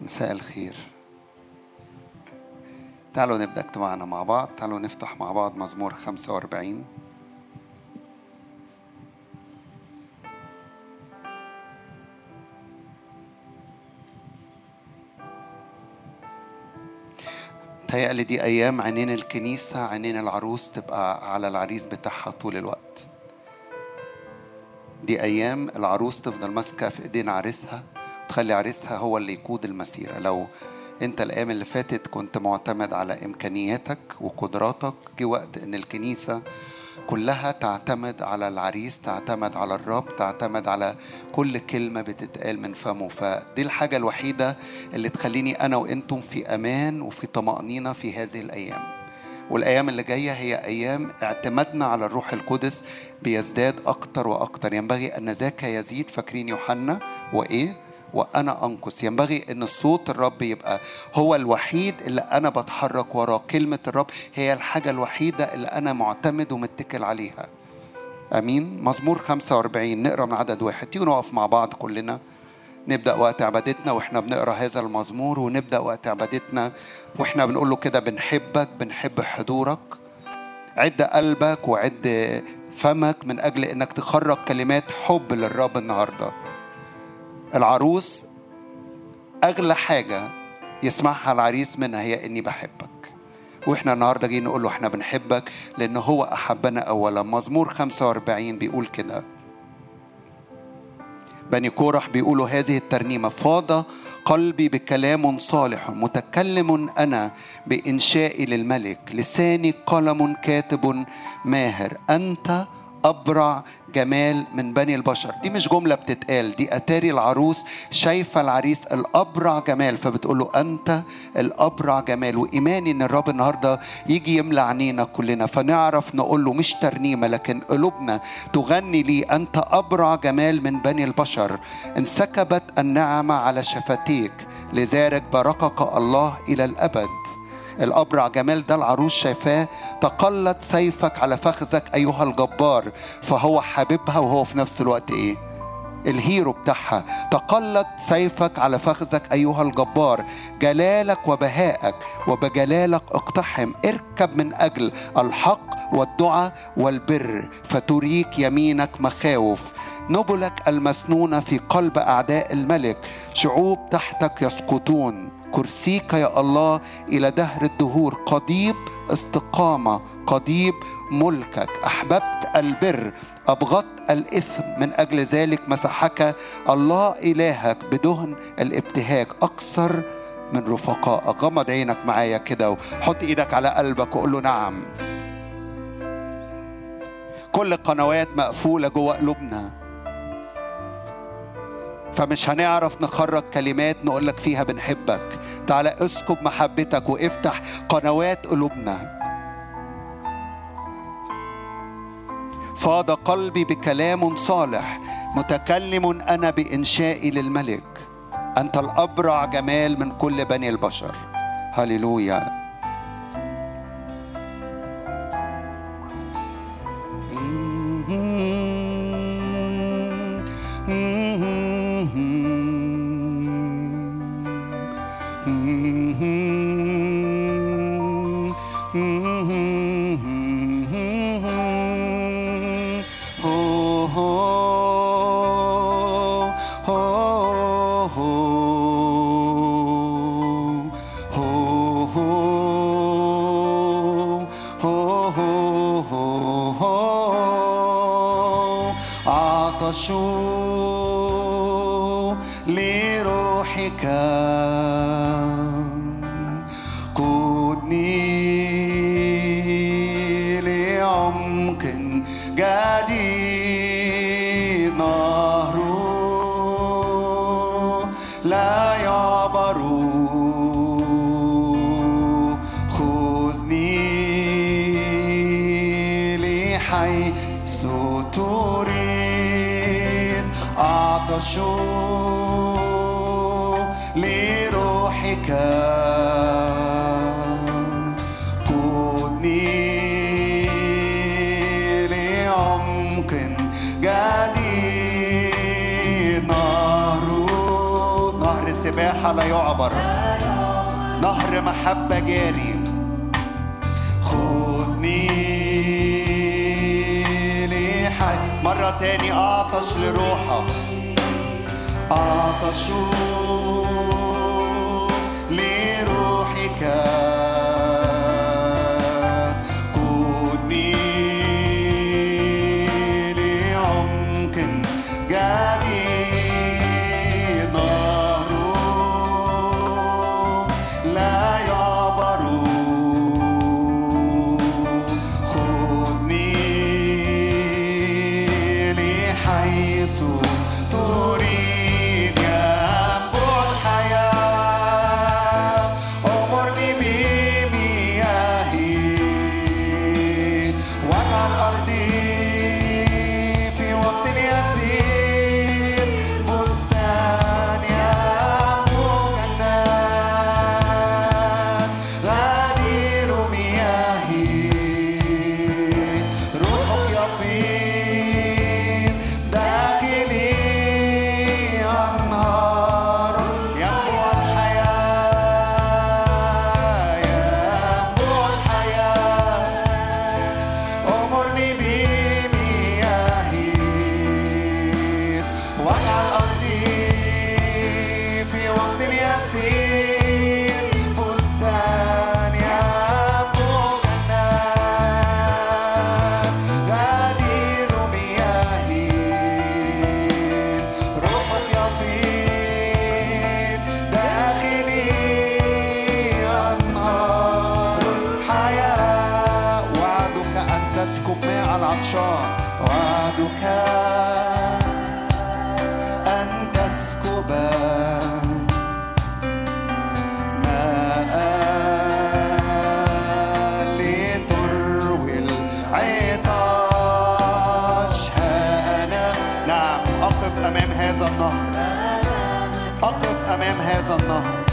مساء الخير. تعالوا نبدأ اجتماعنا مع بعض. تعالوا نفتح مع بعض مزمور 45. تهيألي دي أيام عينين الكنيسة، عينين العروس تبقى على العريس بتاعها طول الوقت. دي أيام العروس تفضل ماسكة في إيدين عريسها، تخلي عريسها هو اللي يقود المسيرة. لو أنت الأيام اللي فاتت كنت معتمد على إمكانياتك وقدراتك، جه وقت إن الكنيسة كلها تعتمد على العريس، تعتمد على الرب، تعتمد على كل كلمة بتتقال من فمه. فدي الحاجة الوحيدة اللي تخليني أنا وإنتم في أمان وفي طمأنينة في هذه الأيام. والأيام اللي جاية هي أيام اعتمادنا على الروح القدس بيزداد أكتر وأكتر. ينبغي أن ذاك يزيد، فاكرين يوحنا وإيه؟ وأنا أنقص. ينبغي أن الصوت الرب يبقى هو الوحيد اللي أنا بتحرك وراه. كلمة الرب هي الحاجة الوحيدة اللي أنا معتمد ومتكل عليها. أمين. مزمور 45 نقرأ من عدد 1. تيجوا نقف مع بعض كلنا، نبدأ وقت عبادتنا وإحنا بنقرأ هذا المزمور، ونبدأ وقت عبادتنا وإحنا بنقول له كده: بنحبك، بنحب حضورك. عد قلبك وعد فمك من أجل إنك تخرج كلمات حب للرب النهاردة. العروس أغلى حاجة يسمعها العريس منها هي إني بحبك، وإحنا النهاردة جايين نقول له إحنا بنحبك لأنه هو أحبنا أولا. مزمور 45 بيقول كده. بني كورح بيقولوا هذه الترنيمة: فاض قلبي بكلام صالح، متكلم أنا بإنشائي للملك، لساني قلم كاتب ماهر، أنت أبرع جمال من بني البشر. دي مش جملة بتتقال، دي أتاري العروس شايفة العريس الأبرع جمال، فبتقول له أنت الأبرع جمال. وإيماني إن الرب النهاردة يجي يملى عينينا كلنا، فنعرف نقول له مش ترنيمة لكن قلوبنا تغني لي: أنت أبرع جمال من بني البشر، انسكبت النعمة على شفتيك، لذلك باركك الله إلى الأبد. الأبرع جمال ده العروس شايفاه. تقلت سيفك على فخذك أيها الجبار، فهو حبيبها وهو في نفس الوقت إيه؟ الهيرو بتاعها. تقلت سيفك على فخذك أيها الجبار، جلالك وبهائك وبجلالك اقتحم. اركب من أجل الحق والدعاء والبر، فتريك يمينك مخاوف. نبلك المسنونة في قلب أعداء الملك، شعوب تحتك يسقطون. كرسيك يا الله إلى دهر الدهور، قضيب استقامة، قضيب ملكك. أحببت البر، أبغضت الإثم، من أجل ذلك مسحك الله إلهك بدهن الابتهاج أكثر من رفقائك. غمض عينك معايا كده وحط إيدك على قلبك وقول له: نعم. كل قنوات مقفولة جوه قلوبنا، فمش هنعرف نخرج كلمات نقولك فيها بنحبك. تعالى اسكب محبتك وافتح قنوات قلوبنا. فاض قلبي بكلام صالح، متكلم أنا بإنشائي للملك، أنت الأبرع جمال من كل بني البشر. هللويا. لروحك قودني لعمق جديد، نهر لا يعبر. خذني لحيث تريد، أعطش لروحك قودني لعمق جديد. نهر سباحة لا يعبر، نهر محبة جاري. خذني لحي، مرة تاني أعطش لروحك، أعطش لروحك. أمام هذا النهر.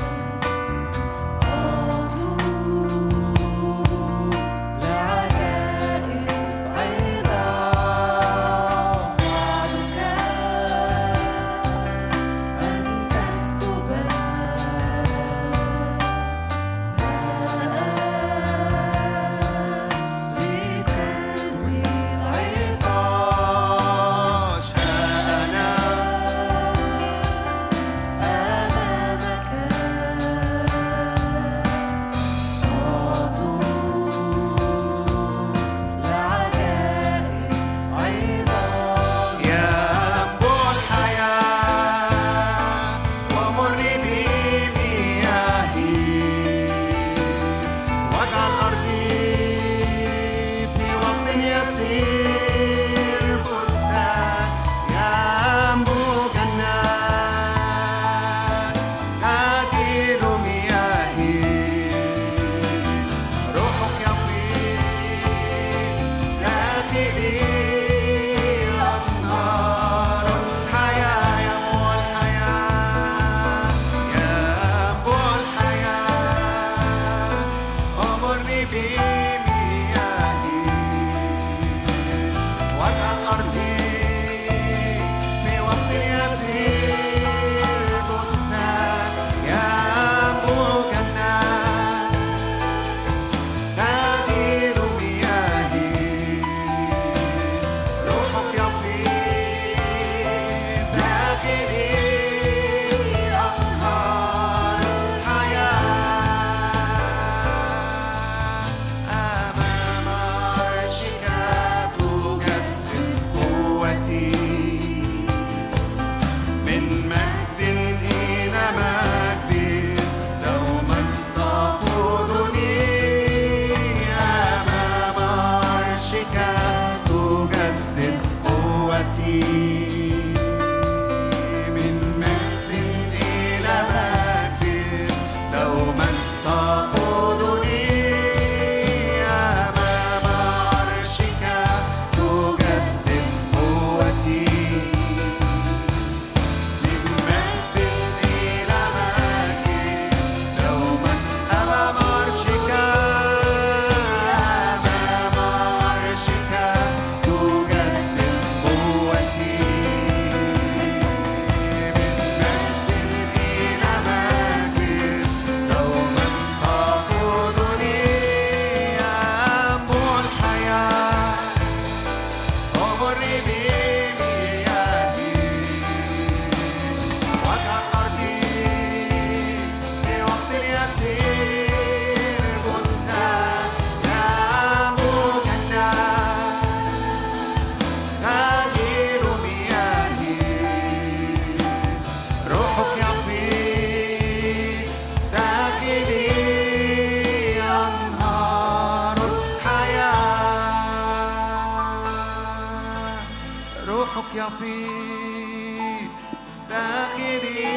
يفيض داخلي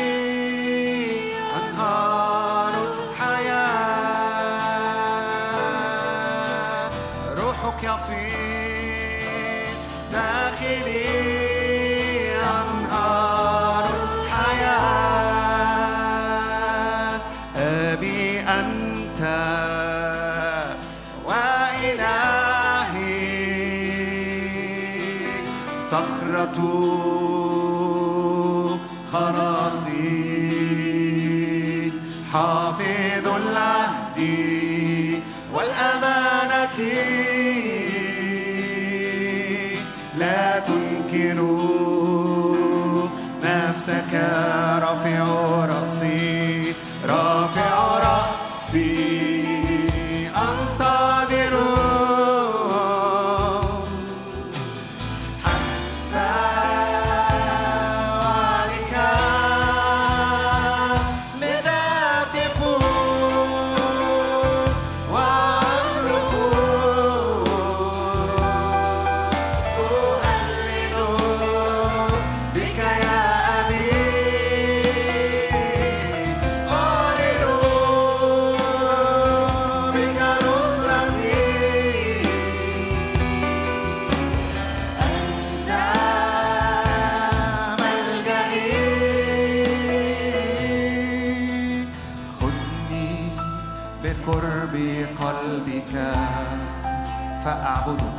أنهار حياة، روحك يفيض داخلي أنهار حياة. أبي أنت وإلهي، صخرة خلاصي، حافظ العهد والأمانة، لا تنكر نفسك، رافع رأسي رافع رأسي أنتظر حسب وعدك، لذا أهتف وأصرخ أهلل بك يا أبي، أعلن بك نصرتي، أنت ملجئي. خذني بقرب قلبك فأعبدك،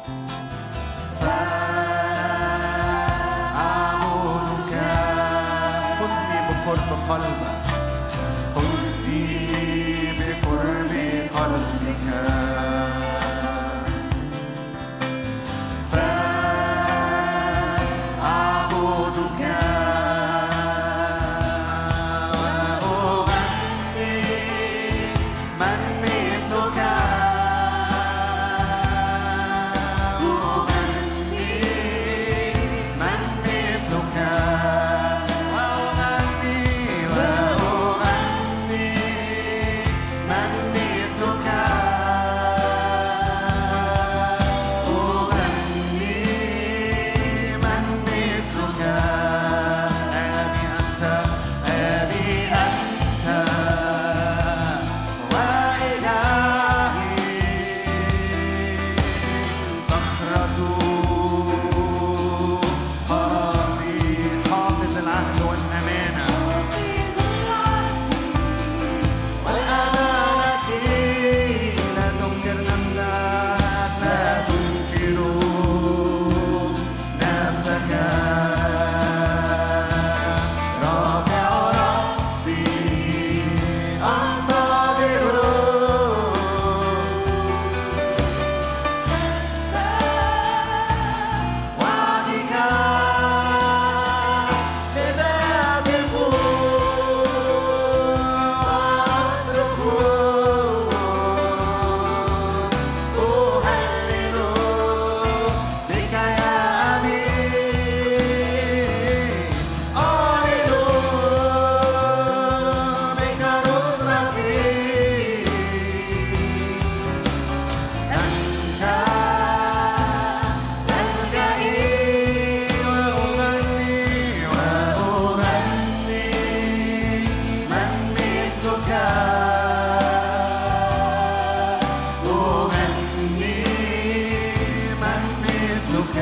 فأعبدك. خذني بقرب قلبك، خذني بقرب قلبك فأعبدك وأغني من مثلك، أغني من مثلك، وأغني وأغني من مثلك، أغني من مثلك. أبي أنت وإلهي، صخرة خلاصي، حافظ العهد والأمانة والأمانة، لا تنكر نفسك، لا تنكر نفسك، رافع رأسي أنتظر وعدك، لذا أهتف وأصرخ أهلل بك يا أبي، أعلن بك نصرتي، أنت ملجئي. وأغني وأغني من مثلك، أغني من مثلك،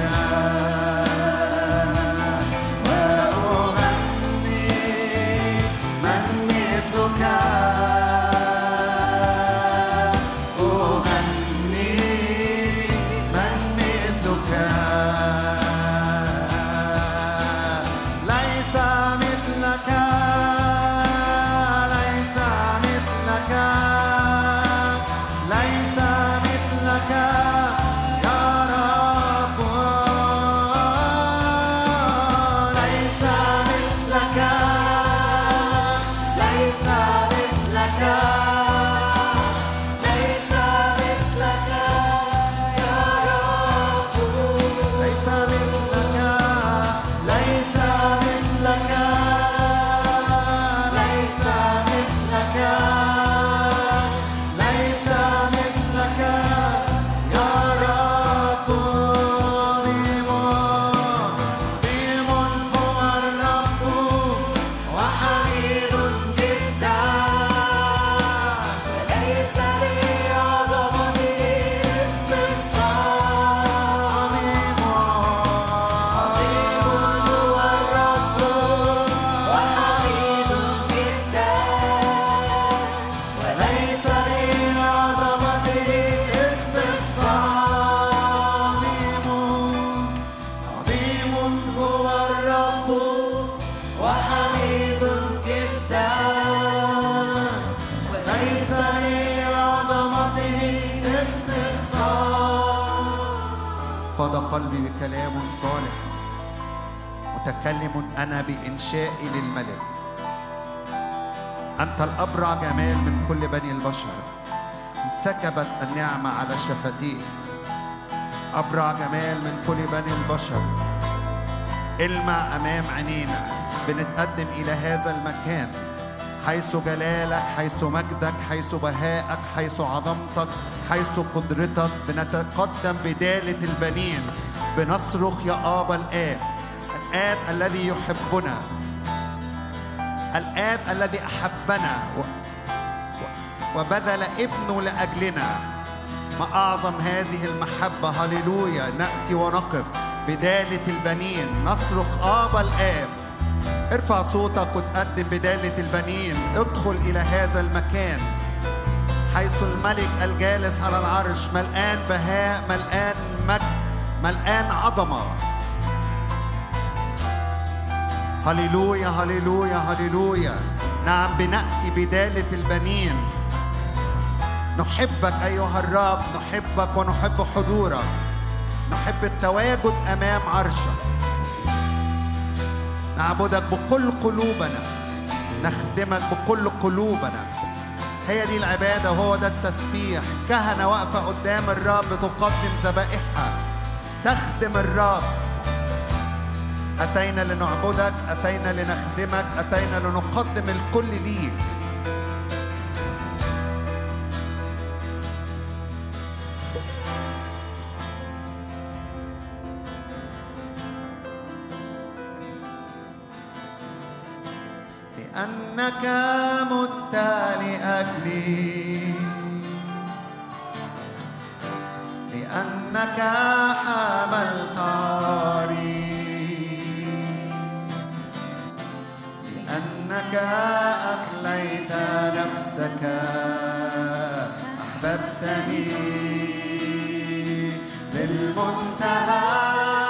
وأغني من مثلك، أغني من مثلك. ليس مثلك، ليس مثلك، ليس مثلك يا رب، ليس مثلك، ليس مثلك، ليس مثلك يا رب، ليس مثلك، ليس مثلك، ليس مثلك، ليس مثلك يا رب، قلبي بكلام صالح متكلم أنا بإنشائي للملك. أنت الأبرع جمال من كل بني البشر، انسكبت النعمة على شفتيه. أبرع جمال من كل بني البشر، المع أمام عينينا. بنتقدم إلى هذا المكان حيث جلالك، حيث مجدك، حيث بهائك، حيث عظمتك، حيث قدرتك. بنتقدم بدالة البنين، بنصرخ يا آبا الآب، الآب الذي يحبنا، الآب الذي أحبنا وبذل ابنه لأجلنا. ما أعظم هذه المحبة. هللويا. نأتي ونقف بدالة البنين، نصرخ آبا الآب. ارفع صوتك وتقدم بدالة البنين. ادخل إلى هذا المكان حيث الملك الجالس على العرش، ملآن بهاء، ملآن مجد، ملآن عظمة. هللويا هللويا هللويا. نعم، بنأتي بدالة البنين. نحبك أيها الرب، نحبك ونحب حضورك، نحب التواجد أمام عرشك. نعبدك بكل قلوبنا، نخدمك بكل قلوبنا. هي دي العبادة، هو ده التسبيح. كهنة واقفة قدام الرب تقدم ذبائحها، تخدم الرب. أتينا لنعبدك، أتينا لنخدمك، أتينا لنقدم الكل ليك. لأنك مت لأجلي، لأنك حملت عاري، لأنك أخليت نفسك، أحببتني للمنتهى.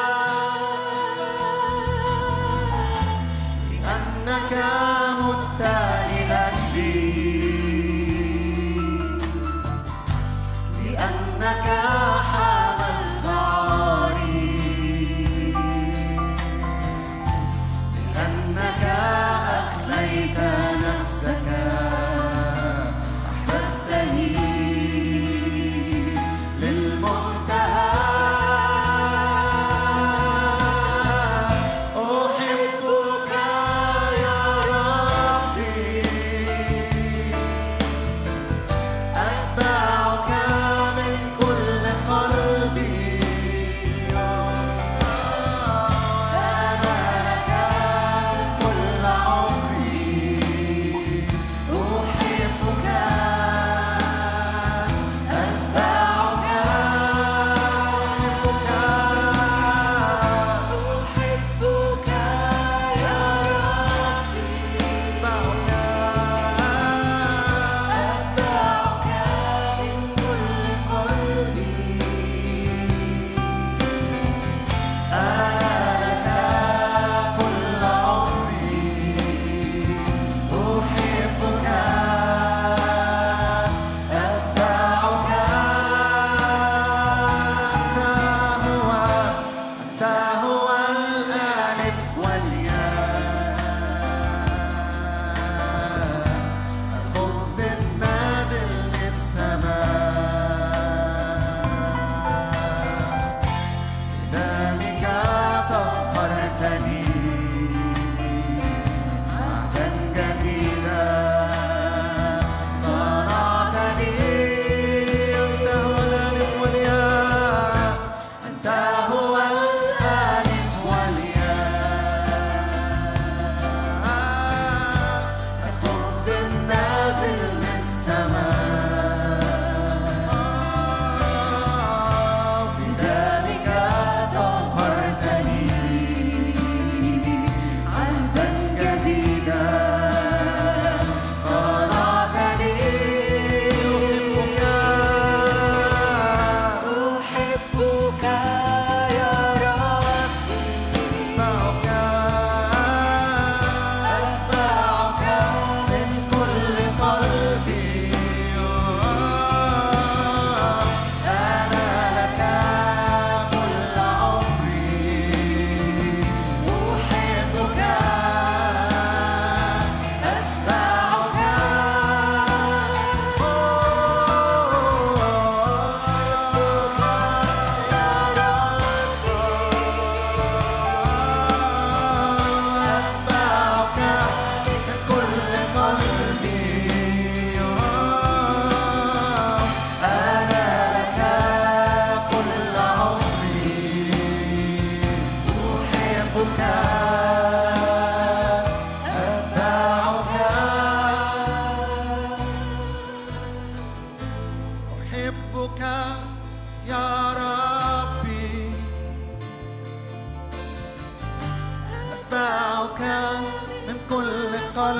لأنك مت لأجلي، لأنك حملت عاري، لأنك أخليت نفسك، أحببتني للمنتهى. أحبك يا ربي، أتبعك من كل قلبي. أنا لك كل عمري،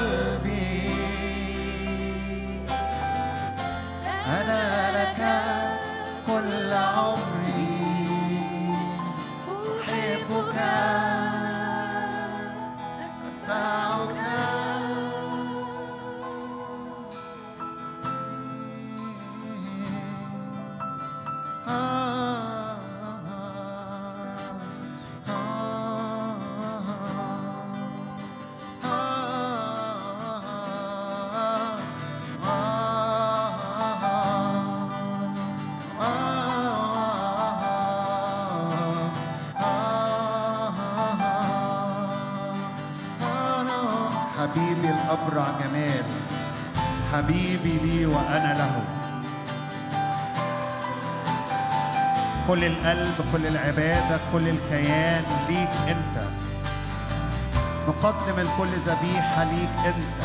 قلبي، أنا لك كل عمري، أحبك أتبعك. حبيبي الأبرع جمال، حبيبي لي وأنا له، كل القلب كل العبادة كل الكيان ليك أنت، نقدم الكل ذبيحة ليك أنت.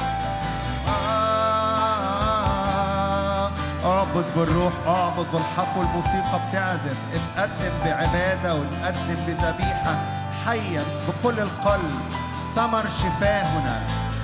اعبد بالروح، اعبد بالحق، والموسيقى بتعزف، اتقدم بعبادة واتقدم بذبيحة حيا بكل القلب، ثمر شفاهنا.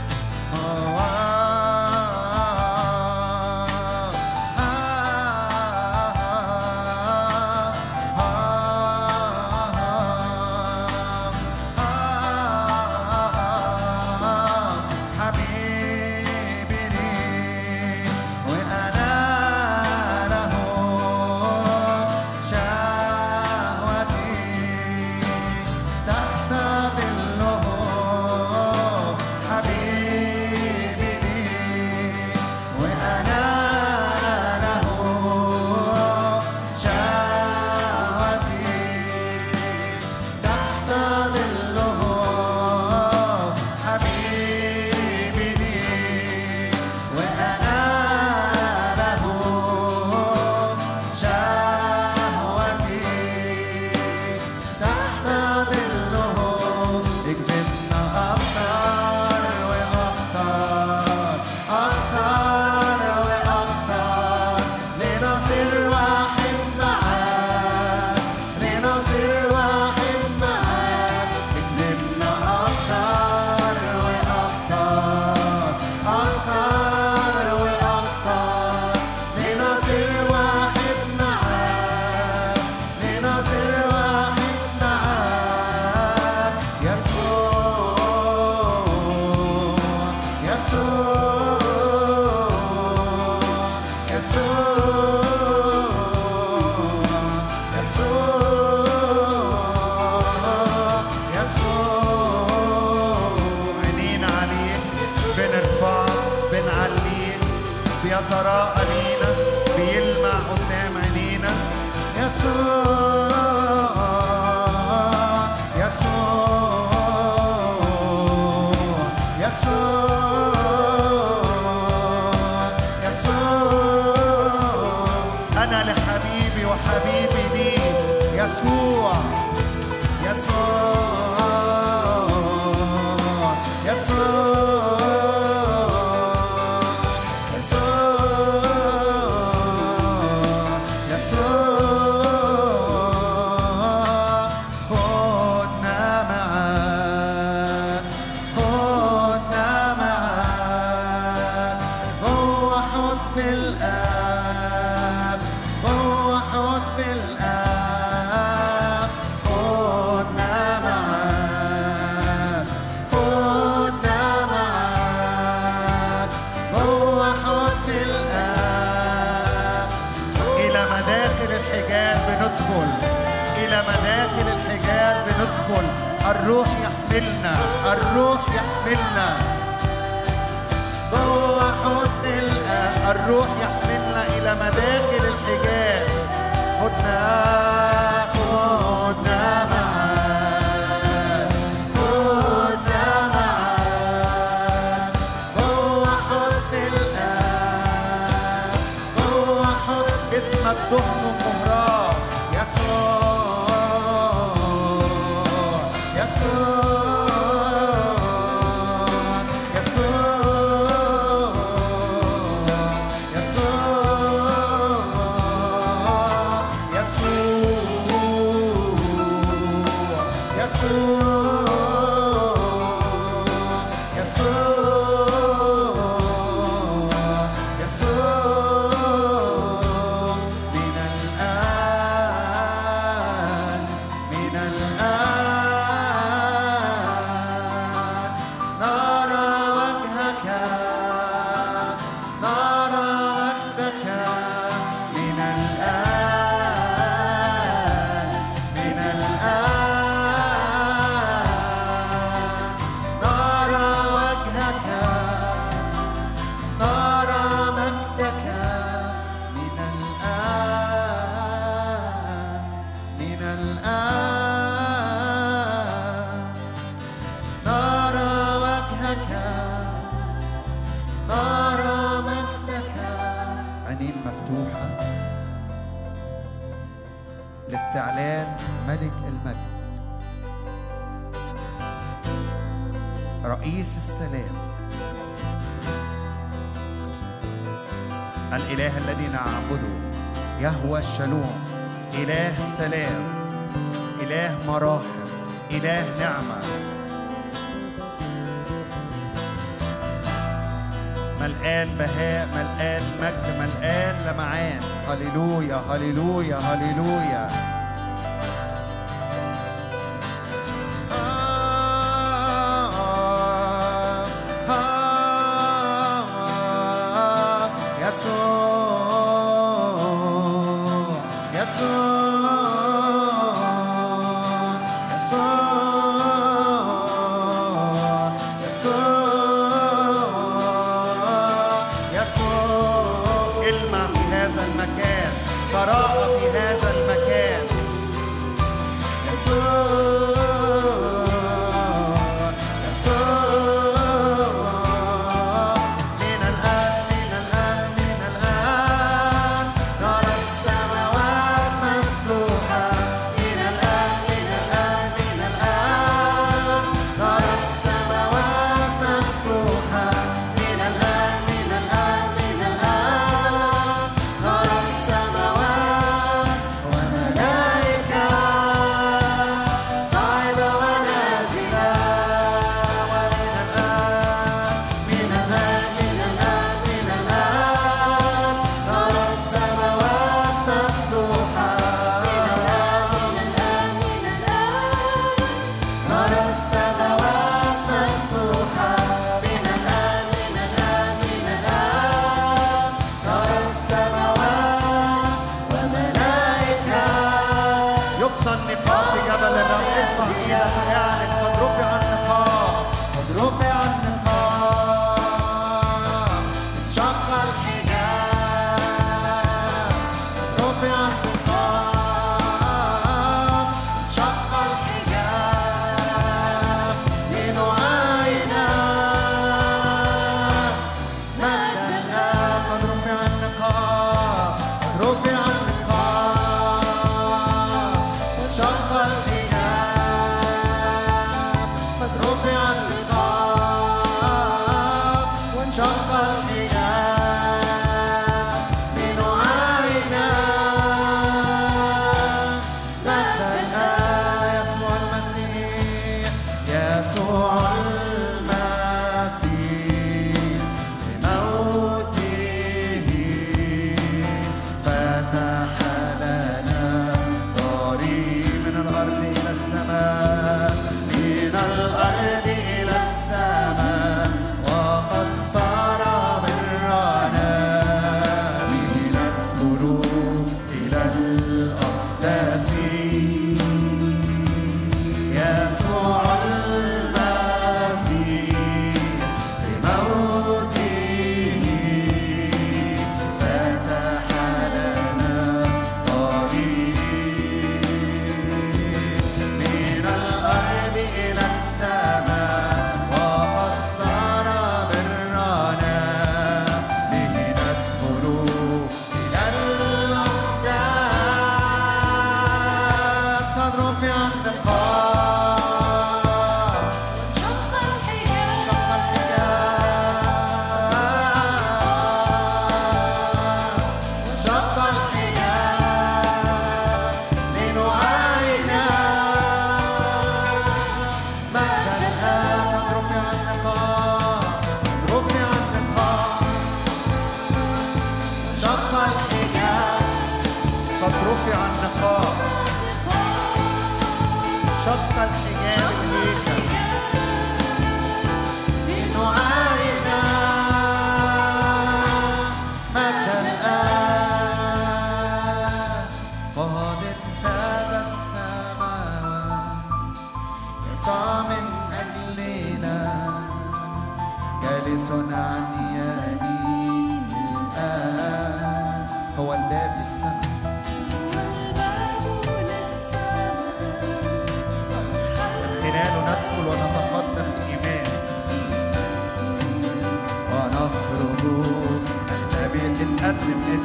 الروح يحملنا، الروح يحملنا جوه حضن الآب، الروح يحملنا إلى مداخل الحجاب. خدنا معاك، خدنا معاك جوه حضن الآب، جوه حضن اسمك ضمن مهراب يسوع. يسوع مفتوحة لاستعلان ملك المجد رئيس السلام، الإله الذي نعبده يهوه الشالوم، إله السلام، إله مراحم، إله نعمة، ملآن بهاء، ملآن مجد، ملآن لمعان. هللويا هللويا هللويا.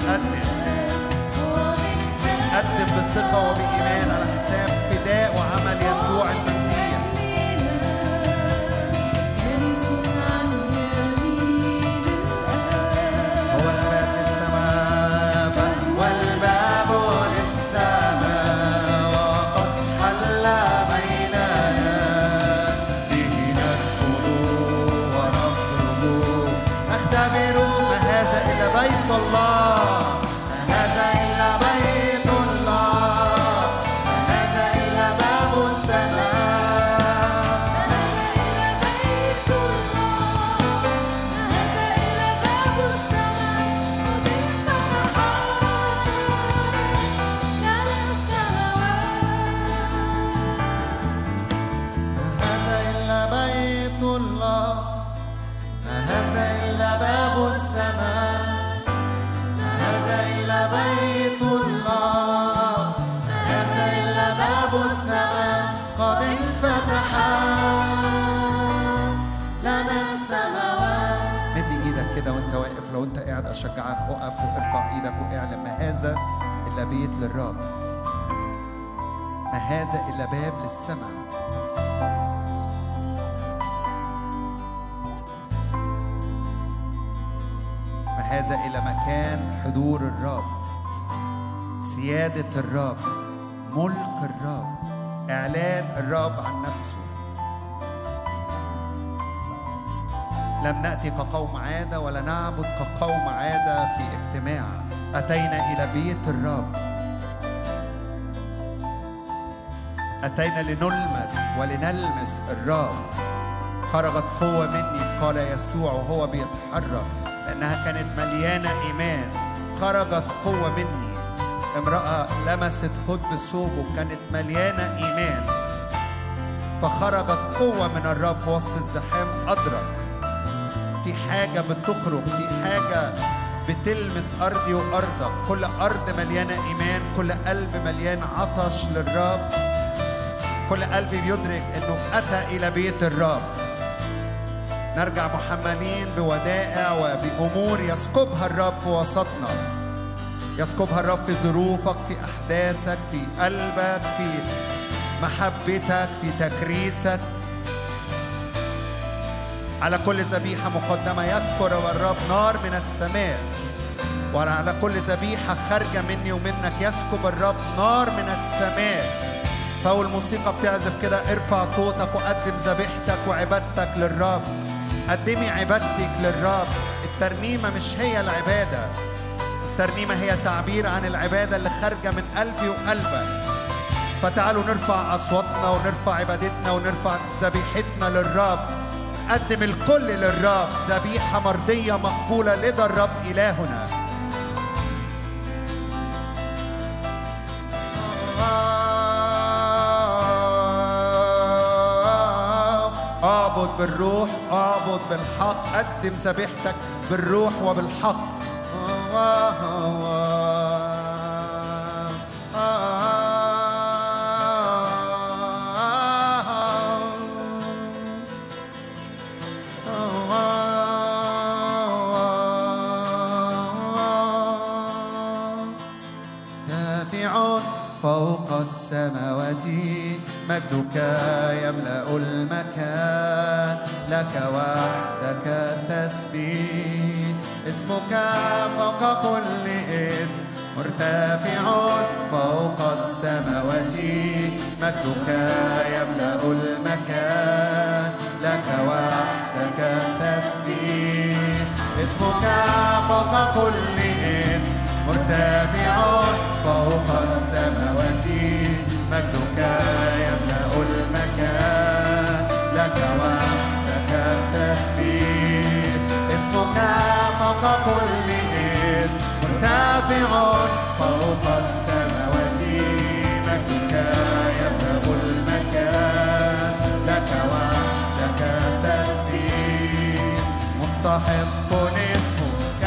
قدم بثقة وبإيمان على حساب فداء وعمل يسوع المسيح. هو الباب للسماء، فهو الباب للسماء وقد حل بيننا، به ندخل ونخرج نختبر. ما هذا إلا بيت الله، ما هذا إلا بيت الله، ما هذا إلا باب السماء، ما هذا إلا بيت الله، ما هذا إلا باب السماء، قد انفتح لنا السماوات. ما هذا إلا بيت الله، ما هذا إلا باب السماء، ما هذا إلا بيت الله، ما هذا إلا باب السماء، قد انفتح لنا السماوات. مد ايدك كده وانت واقف، لو انت قاعد اشجعك اقف وارفع ايدك واعلن: ما هذا إلا بيت للرب، ما هذا إلا باب للسماء. هذا إلى مكان حضور الرب، سيادة الرب، ملك الرب، إعلان الرب عن نفسه. لم نأتي كقوم عادة ولا نعبد كقوم عادة في اجتماع، أتينا إلى بيت الرب، أتينا لنلمس ولنلمس الرب. خرجت قوة مني قال يسوع وهو بيتحرك، لأنها كانت مليانة إيمان. خرجت قوة مني. امرأة لمست خد ثوبه كانت مليانة إيمان، فخرجت قوة من الرب في وسط الزحام. أدرك في حاجة بتخرج، في حاجة بتلمس أرضي وأرضك. كل أرض مليانة إيمان، كل قلب مليان عطش للرب، كل قلب بيدرك أنه أتى إلى بيت الرب. نرجع محملين بودائع وبأمور يسكبها الرب في وسطنا، يسكبها الرب في ظروفك، في أحداثك، في قلبك، في محبتك، في تكريسك. على كل ذبيحة مقدمة يذكر الرب نار من السماء، وعلى كل ذبيحة خارجة مني ومنك يسكب الرب نار من السماء. فهو الموسيقى بتعزف كده: ارفع صوتك وقدم ذبيحتك وعبادتك للرب. قدمي عبادتك للرب. الترنيمة مش هي العبادة، الترنيمة هي تعبير عن العبادة اللي خارجة من قلبي وقلبك. فتعالوا نرفع أصواتنا ونرفع عبادتنا ونرفع ذبيحتنا للرب. قدم الكل للرب، ذبيحة مرضية مقبولة لدى الرب إلهنا. اعبد بالروح، اعبد بالحق، قدم ذبيحتك بالروح وبالحق. دافع فوق السماوات، مجدك يملأ المكان، لك وحدك التسبيح، اسمك فوق كل اسم، مرتفع فوق السماوات، مجدك يملأ المكان، لك وحدك التسبيح، اسمك فوق كل اسم، مرتفع فوق السماوات، مجدك يملأ المكان، لك وحدك التسبيح، اسمك فوق كل اسم، مرتفع فوق السماوات، مجدك يملأ المكان، لك وحدك التسبيح، مستحق اسمك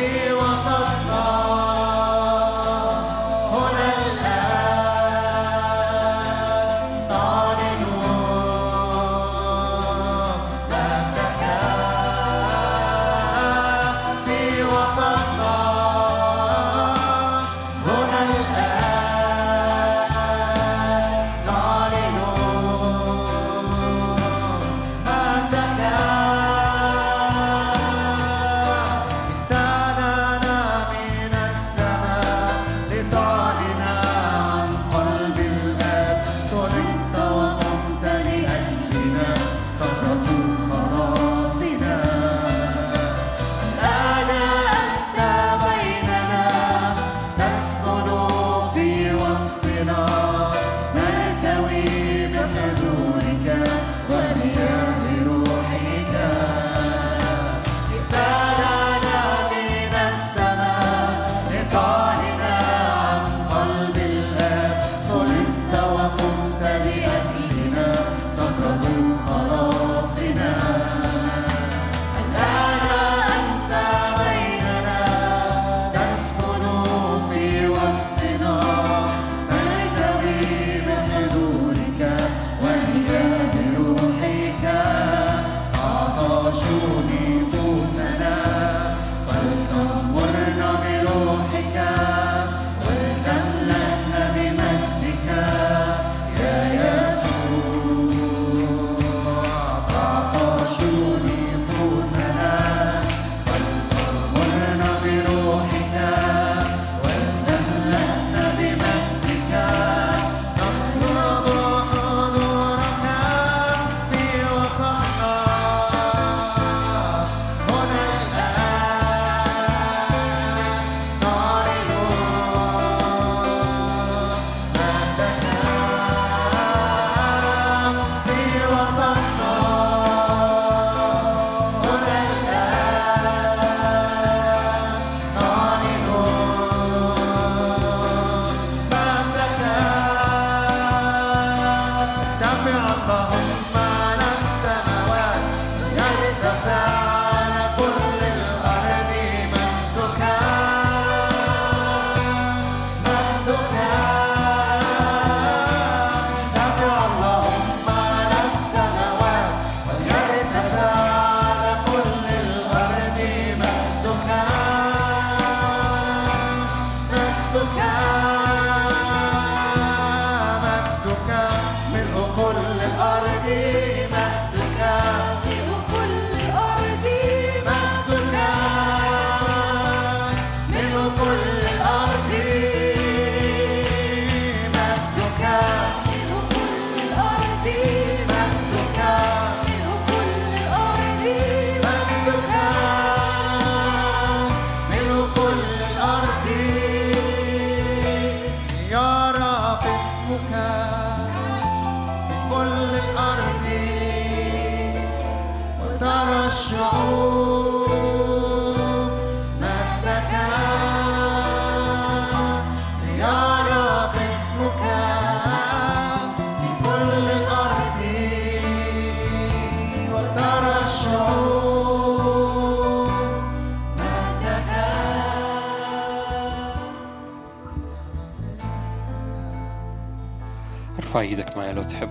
ارفع ايدك معايا لو تحب.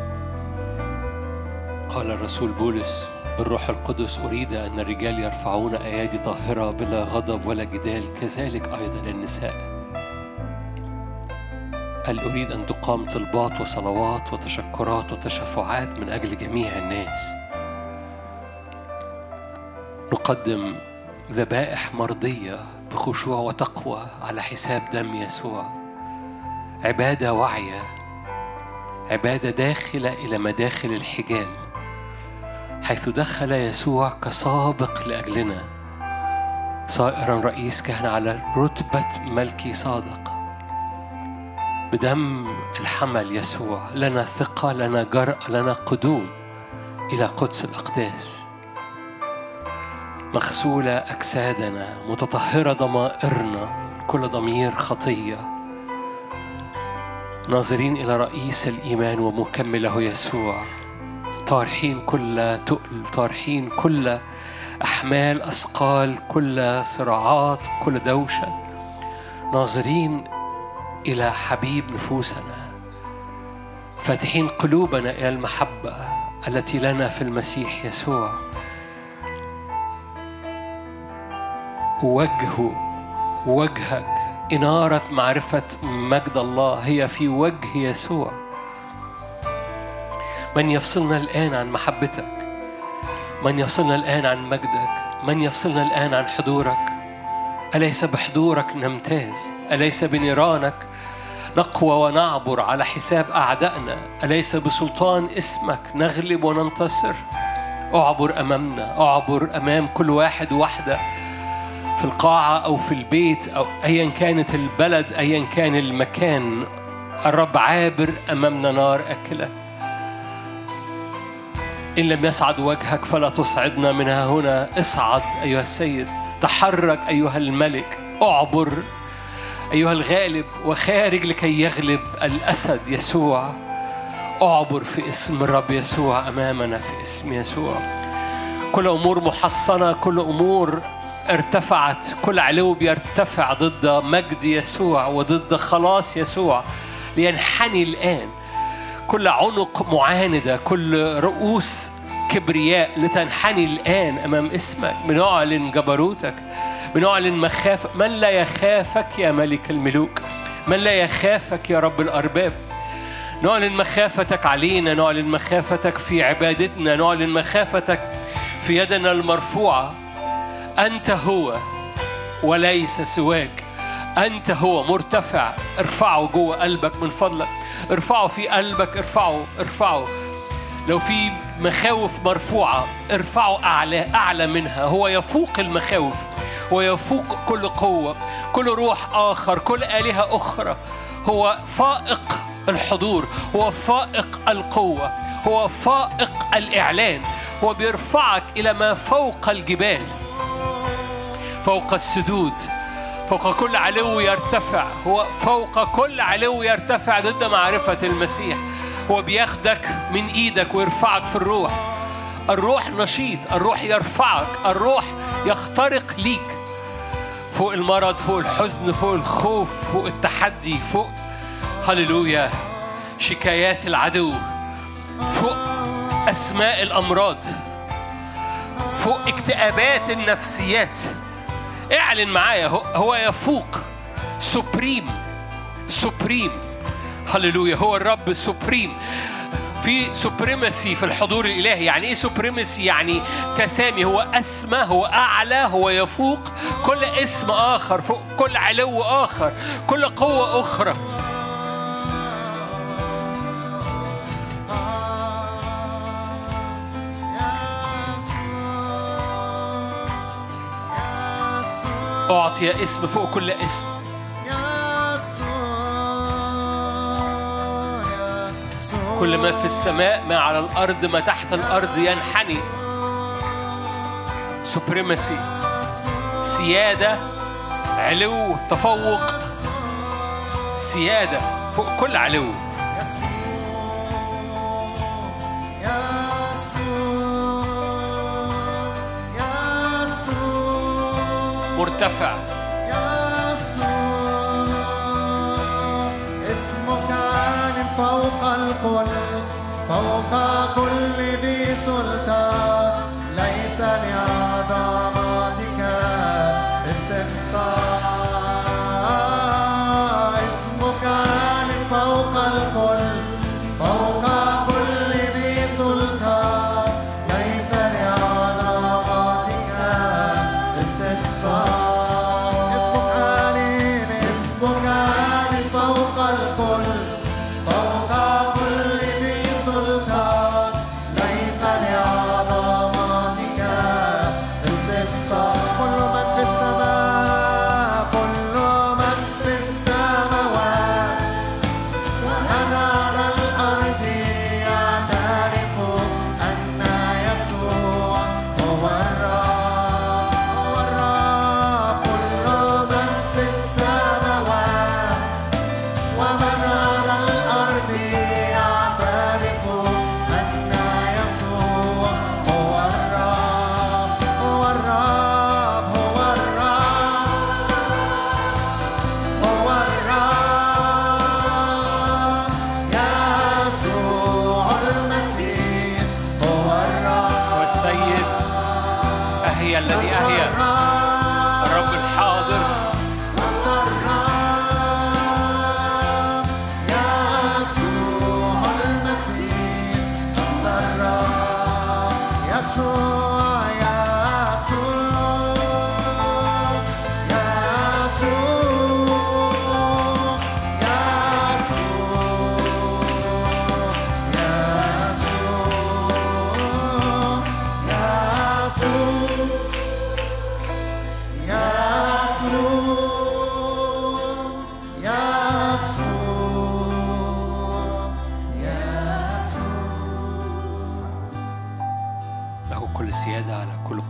قال الرسول بولس بالروح القدس: أريد أن الرجال يرفعون أيادي طاهرة بلا غضب ولا جدال، كذلك أيضا النساء. قال: أريد أن تقام طلبات وصلوات وتشكرات وتشفعات من أجل جميع الناس. نقدم ذبائح مرضية بخشوع وتقوى على حساب دم يسوع، عبادة واعية، عبادة داخلة إلى مداخل الحجال، حيث دخل يسوع كسابق لأجلنا، صائرا رئيس كهنة على رتبة ملكي صادق. بدم الحمل يسوع لنا ثقة، لنا جرأة، لنا قدوم إلى قدس الأقداس. مغسولة أجسادنا، متطهرة ضمائرنا كل ضمير خطية، ناظرين إلى رئيس الإيمان ومكمله يسوع، طارحين كل تقل، طارحين كل أحمال أثقال، كل صراعات، كل دوشة، ناظرين إلى حبيب نفوسنا، فاتحين قلوبنا إلى المحبة التي لنا في المسيح يسوع. وجهك إنارة معرفة مجد الله هي في وجه يسوع. من يفصلنا الآن عن محبتك؟ من يفصلنا الآن عن مجدك؟ من يفصلنا الآن عن حضورك؟ أليس بحضورك نمتاز؟ أليس بنيرانك نقوى ونعبر على حساب أعدائنا؟ أليس بسلطان اسمك نغلب وننتصر؟ أعبر أمامنا، أعبر أمام كل واحد وحدة في القاعة أو في البيت أو أيا كانت البلد، أيا كان المكان. الرب عابر أمامنا نار أكلة. إن لم يصعد وجهك فلا تصعدنا منها هنا. اصعد أيها السيد، تحرك أيها الملك، أعبر أيها الغالب وخارج لكي يغلب الأسد يسوع. أعبر في اسم الرب يسوع أمامنا، في اسم يسوع. كل أمور محصنة، كل أمور ارتفعت، كل علو بيرتفع ضد مجد يسوع وضد خلاص يسوع لينحني الآن. كل عنق معاندة، كل رؤوس كبرياء لتنحني الآن أمام اسمك. بنعلن جبروتك، بنعلن مخافة. من لا يخافك يا ملك الملوك؟ من لا يخافك يا رب الأرباب؟ نعلن مخافتك علينا، نعلن مخافتك في عبادتنا، نعلن مخافتك في يدنا المرفوعة. أنت هو وليس سواك، أنت هو مرتفع. ارفعه جوه قلبك من فضلك، ارفعه في قلبك، ارفعه. لو في مخاوف مرفوعة ارفعه أعلى منها. هو يفوق المخاوف، هو يفوق كل قوة، كل روح آخر، كل آلهة أخرى. هو فائق الحضور، هو فائق القوة، هو فائق الإعلان. هو بيرفعك إلى ما فوق الجبال، فوق السدود، فوق كل علو يرتفع. هو فوق كل علو يرتفع ضد معرفة المسيح. هو بياخدك من إيدك ويرفعك في الروح. الروح نشيط، الروح يرفعك، الروح يخترق ليك فوق المرض، فوق الحزن، فوق الخوف، فوق التحدي، فوق هللويا شكايات العدو، فوق أسماء الأمراض، فوق اكتئابات النفسيات. اعلن معايا، هو يفوق. سوبريم هللويا. هو الرب سوبريم. في سوبريمسي في الحضور الإلهي. يعني إيه سوبريمسي؟ يعني تسامي. هو أسمى، هو أعلى، هو يفوق كل اسم آخر، فوق كل علو آخر، كل قوة أخرى. أعطي اسم فوق كل اسم. كل ما في السماء، ما على الأرض، ما تحت الأرض ينحني. سوبريمسي، سيادة، علو، تفوق، سيادة فوق كل علو. مرتفع. اسمك عال فوق الكل، فوق كل ذي سلطان. ليس لعظمتك استنصار. اسمك عال فوق الكل، فوق كل ذي سلطان. ليس لعظمتك استنصار.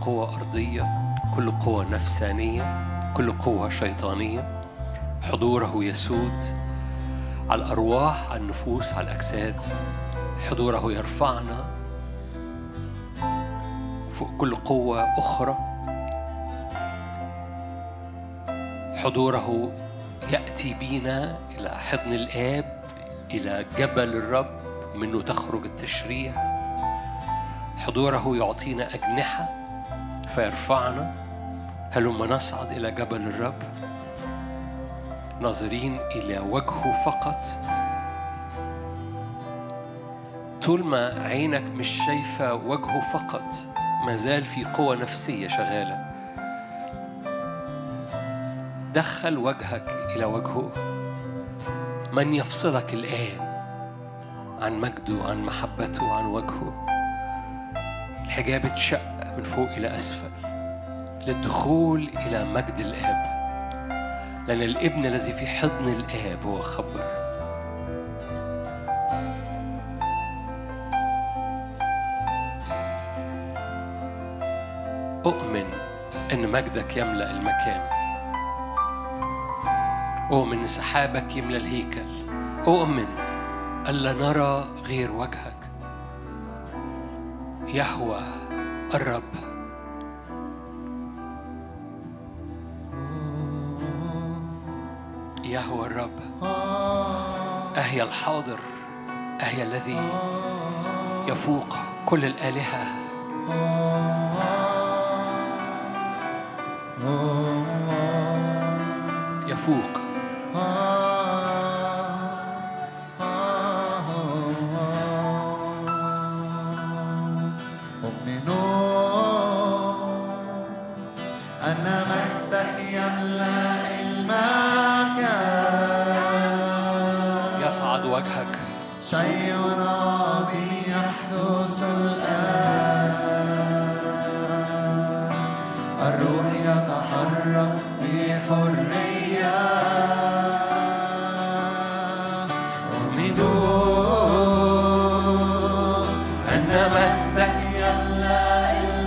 قوة أرضية، كل قوة نفسانية، كل قوة شيطانية. حضوره يسود على الأرواح، على النفوس، على الأجساد. حضوره يرفعنا فوق كل قوة أخرى. حضوره يأتي بينا إلى حضن الآب، إلى جبل الرب منه تخرج التشريع. حضوره يعطينا أجنحة فيرفعنا. هلما نصعد إلى جبل الرب ناظرين إلى وجهه فقط. طول ما عينك مش شايفة وجهه فقط، ما زال في قوة نفسية شغالة. دخل وجهك إلى وجهه. من يفصلك الآن عن مجده، عن محبته، عن وجهه؟ الحجاب اتشق من فوق إلى أسفل للدخول إلى مجد الآب، لأن الابن الذي في حضن الآب هو خبر. أؤمن أن مجدك يملأ المكان. أؤمن أن سحابك يملأ الهيكل. أؤمن ألا نرى غير وجهك يهوه الرب. يهوه الرب. أهي الحاضر، أهي الذي يفوق كل الآلهة. يفوق. أؤمن أن مجدك يملأ المكان. يصعد وجهك. شيء عظيم يحدث الآن. الروح يتحرك بحرية. أؤمن أن مجدك يملأ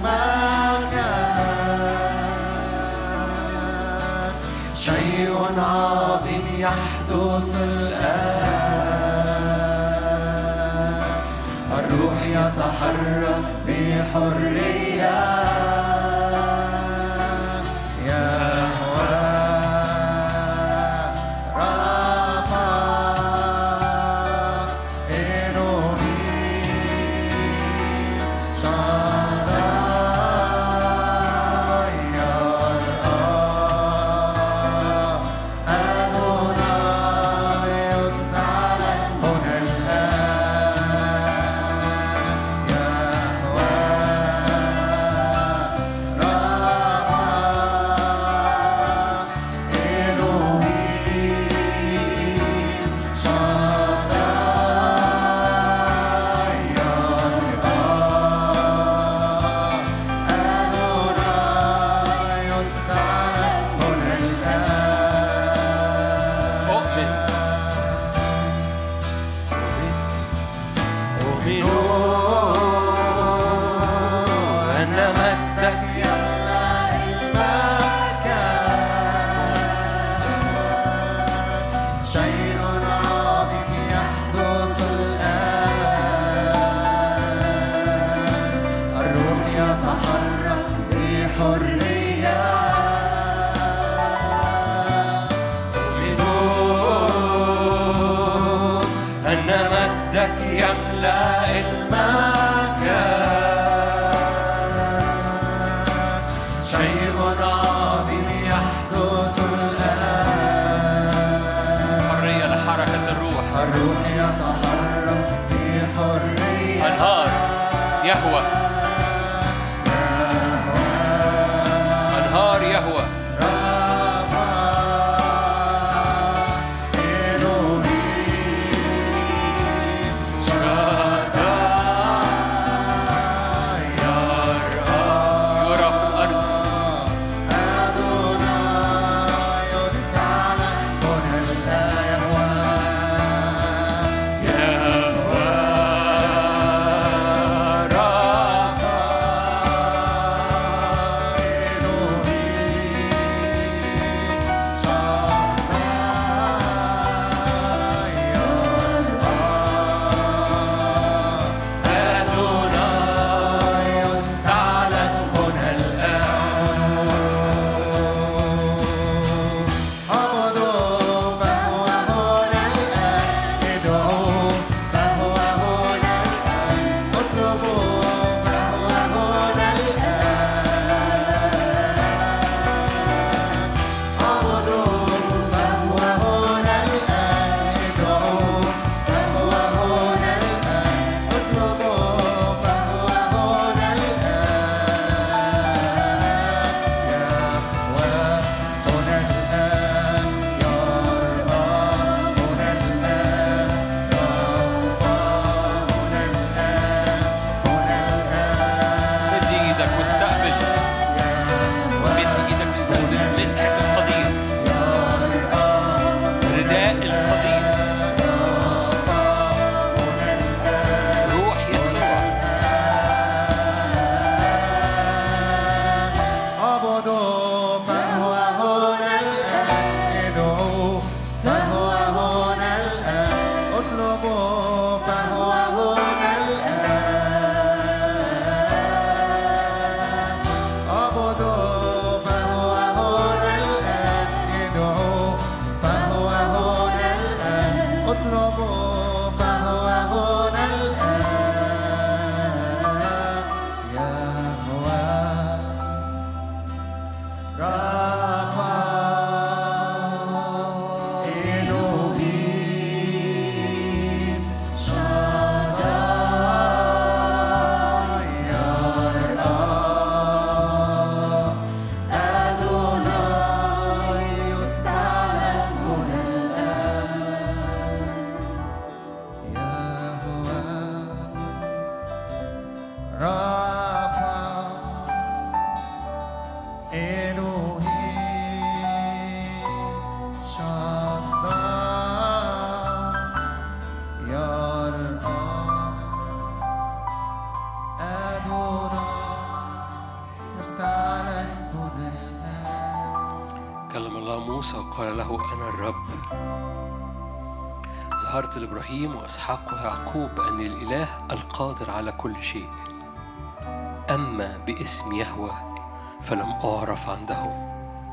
المكان. شيء عظيم يحدث الآن. الروح يتحرك بحرية. قال له أنا الرب ظهرت لإبراهيم وإسحاق ويعقوب أني الإله القادر على كل شيء، أما باسم يهوه فلم أعرف عندهم.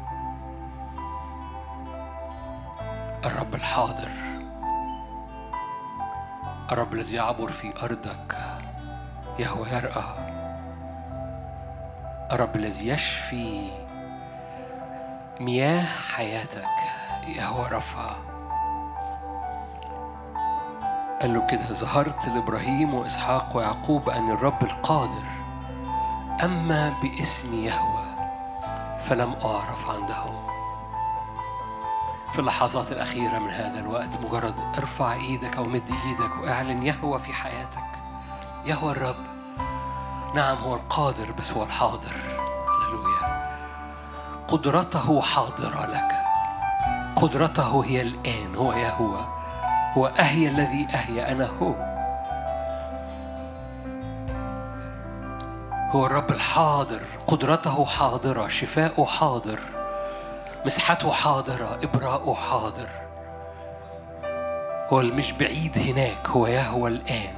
الرب الحاضر، الرب الذي يعبر في أرضك، يهوه يرأى، الرب الذي يشفي مياه حياتك، يهوه رفع. قال له كده ظهرت لإبراهيم وإسحاق ويعقوب أن الرب القادر، أما باسم يهوه فلم أعرف عندهم. في اللحظات الأخيرة من هذا الوقت مجرد ارفع إيدك أو مد إيدك وأعلن يهوه في حياتك. يهوه الرب، نعم هو القادر بس هو الحاضر. هللويا. قدرته حاضرة لك، قدرته هي الآن. هو يهوه، هو أهي الذي أهي، أنا هو الرب الحاضر. قدرته حاضرة، شفاؤه حاضر، مسحته حاضرة، إبراءه حاضر. هو المش بعيد هناك، هو يهوه الآن.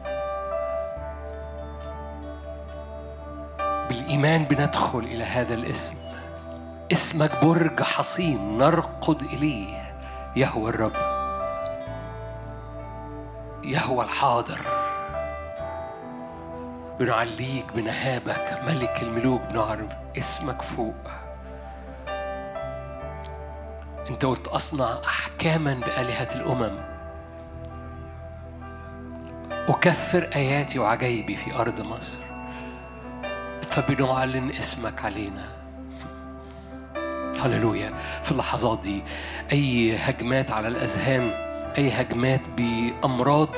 بالإيمان بندخل إلى هذا الاسم، اسمك برج حصين نرقد إليه. يهوه الرب، يهوه الحاضر. بنعليك، بنهابك ملك الملوك، بنعرف اسمك فوق. انت قلت أصنع أحكاما بآلهة الأمم، أكثر آياتي وعجائبي في أرض مصر. فبنعلن اسمك علينا. هللويا. في اللحظات دي أي هجمات على الأذهان، أي هجمات بأمراض،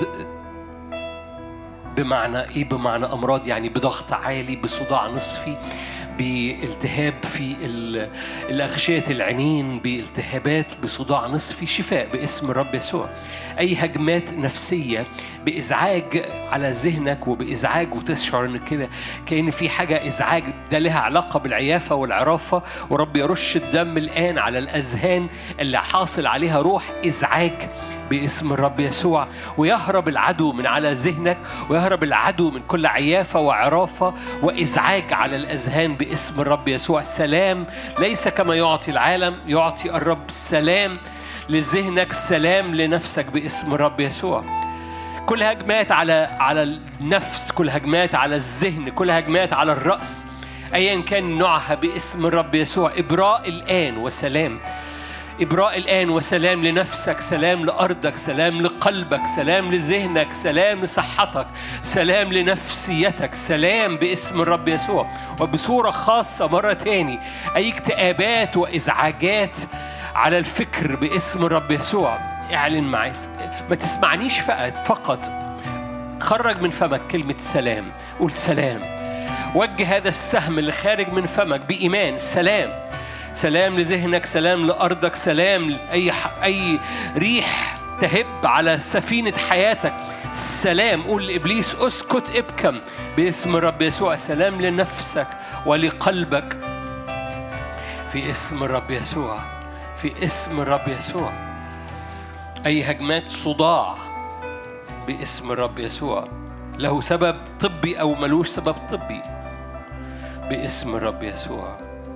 بمعنى إيه؟ بمعنى أمراض يعني بضغط عالي، بصداع نصفي، بالتهاب في الأغشية العينين، بالتهابات، بصداع نصفي، شفاء باسم الرب يسوع. أي هجمات نفسية بإزعاج على ذهنك وبإزعاج وتشعر إن كده كأن في حاجة إزعاج، ده لها علاقة بالعيافة والعرافة، ورب يرش الدم الآن على الأذهان اللي حاصل عليها روح إزعاج باسم الرب يسوع. ويهرب العدو من على ذهنك، ويهرب العدو من كل عيافة وعرافة وإزعاج على الأذهان باسم الرب يسوع. سلام ليس كما يعطي العالم، يعطي الرب سلام لذهنك، سلام لنفسك باسم الرب يسوع. كل هجمات على النفس، كل هجمات على الذهن، كل هجمات على الرأس أيا كان نوعها باسم الرب يسوع، إبراء الآن وسلام. إبراء الآن وسلام لنفسك، سلام لأرضك، سلام لقلبك، سلام لذهنك، سلام لصحتك، سلام لنفسيتك، سلام باسم الرب يسوع. وبصورة خاصة مرة تاني أي اكتئابات وإزعاجات على الفكر باسم الرب يسوع اعلن معي. ما تسمعنيش فقط خرج من فمك كلمة سلام. قول سلام. وجه هذا السهم اللي خارج من فمك بإيمان. سلام، سلام لذهنك، سلام لأرضك، سلام أي ريح تهب على سفينة حياتك. سلام. قول لإبليس اسكت، ابكم باسم الرب يسوع. سلام لنفسك ولقلبك في اسم الرب يسوع، في اسم الرب يسوع. أي هجمات صداع باسم الرب يسوع، له سبب طبي أو ملوش سبب طبي، باسم الرب يسوع.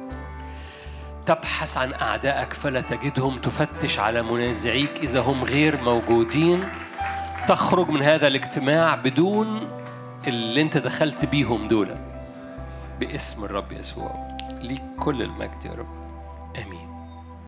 تبحث عن أعدائك فلا تجدهم، تفتش على منازعيك إذا هم غير موجودين. تخرج من هذا الاجتماع بدون اللي انت دخلت بيهم دول باسم الرب يسوع. ليك كل المجد يا رب. آمين.